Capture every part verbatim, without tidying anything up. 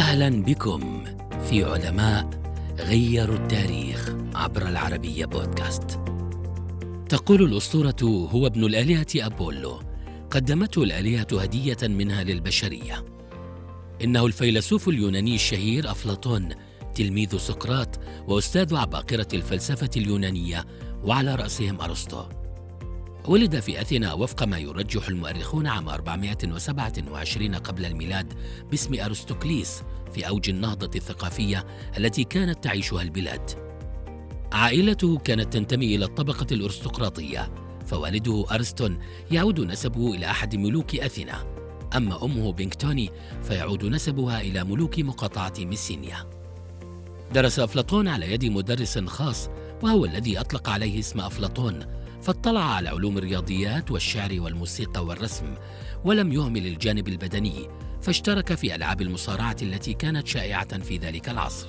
أهلا بكم في علماء غيروا التاريخ عبر العربية بودكاست. تقول الأسطورة هو ابن الآلهة أبولو، قدمته الآلهة هدية منها للبشرية. إنه الفيلسوف اليوناني الشهير أفلاطون، تلميذ سقراط وأستاذ عباقرة الفلسفة اليونانية، وعلى رأسهم أرسطو. ولد في أثينا وفق ما يرجح المؤرخون عام أربعمائة وسبعة وعشرين قبل الميلاد باسم أرسطوكليس في أوج النهضة الثقافية التي كانت تعيشها البلاد. عائلته كانت تنتمي إلى الطبقة الأرستقراطية، فوالده أرسطون يعود نسبه إلى أحد ملوك أثينا، أما أمه بنكتوني فيعود نسبها إلى ملوك مقاطعة ميسينيا. درس أفلاطون على يد مدرس خاص وهو الذي أطلق عليه اسم أفلاطون، فاطلع على علوم الرياضيات والشعر والموسيقى والرسم، ولم يهمل الجانب البدني، فاشترك في ألعاب المصارعة التي كانت شائعة في ذلك العصر.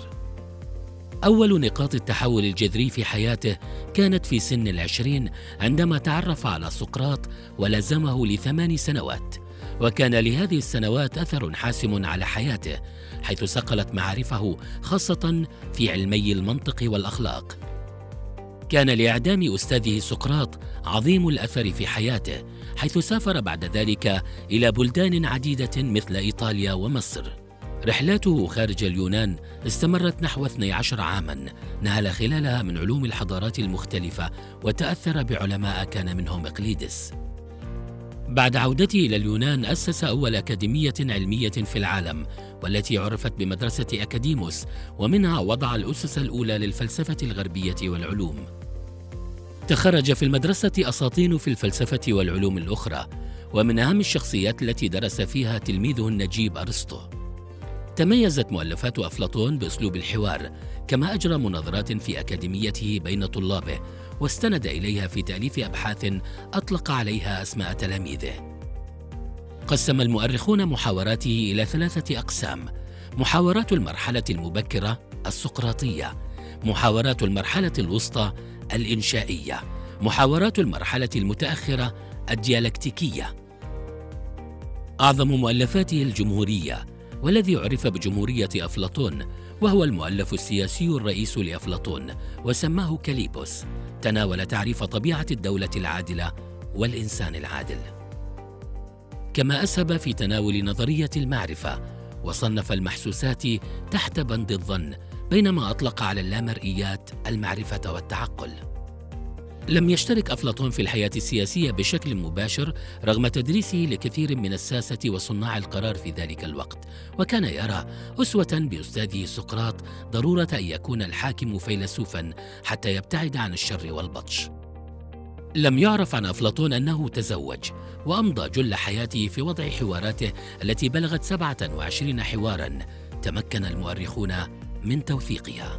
أول نقاط التحول الجذري في حياته كانت في سن العشرين عندما تعرف على سقراط ولازمه لثمان سنوات، وكان لهذه السنوات أثر حاسم على حياته، حيث صقلت معارفه خاصة في علمي المنطق والأخلاق. كان لإعدام أستاذه سقراط عظيم الأثر في حياته، حيث سافر بعد ذلك إلى بلدان عديدة مثل إيطاليا ومصر. رحلاته خارج اليونان استمرت نحو اثني عشر عاماً، نهل خلالها من علوم الحضارات المختلفة وتأثر بعلماء كان منهم إقليدس. بعد عودته إلى اليونان أسس أول أكاديمية علمية في العالم، والتي عرفت بمدرسة أكاديموس، ومنها وضع الأسس الأولى للفلسفة الغربية والعلوم. تخرج في المدرسة أساطين في الفلسفة والعلوم الأخرى، ومن أهم الشخصيات التي درس فيها تلميذه النجيب أرسطو. تميزت مؤلفات أفلاطون بأسلوب الحوار، كما أجرى مناظرات في أكاديميته بين طلابه، واستند إليها في تأليف أبحاث أطلق عليها أسماء تلاميذه. قسم المؤرخون محاوراته إلى ثلاثة أقسام: محاورات المرحلة المبكرة السقراطية، محاورات المرحلة الوسطى الإنشائية، محاورات المرحلة المتأخرة الديالكتيكية. أعظم مؤلفاته الجمهورية، والذي عرف بجمهورية أفلاطون، وهو المؤلف السياسي الرئيس لأفلاطون، وسماه كاليبوس، تناول تعريف طبيعة الدولة العادلة والإنسان العادل. كما أسهب في تناول نظرية المعرفة، وصنف المحسوسات تحت بند الظن، بينما أطلق على اللامرئيات المعرفة والتعقل. لم يشترك أفلاطون في الحياة السياسية بشكل مباشر رغم تدريسه لكثير من الساسة وصناع القرار في ذلك الوقت، وكان يرى أسوة بأستاذه سقراط ضرورة أن يكون الحاكم فيلسوفاً حتى يبتعد عن الشر والبطش. لم يعرف عن أفلاطون أنه تزوج، وأمضى جل حياته في وضع حواراته التي بلغت سبعة وعشرين حواراً تمكن المؤرخون من توثيقها.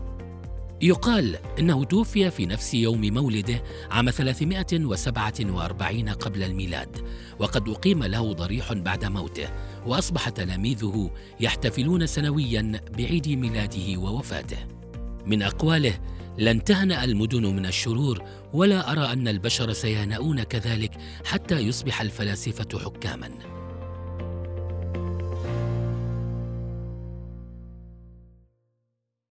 يقال إنه توفي في نفس يوم مولده عام ثلاثمائة وسبعة وأربعين قبل الميلاد، وقد أقيم له ضريح بعد موته، وأصبح تلاميذه يحتفلون سنوياً بعيد ميلاده ووفاته. من أقواله: لن تهنأ المدن من الشرور، ولا أرى أن البشر سيهنؤون كذلك حتى يصبح الفلاسفة حكاماً.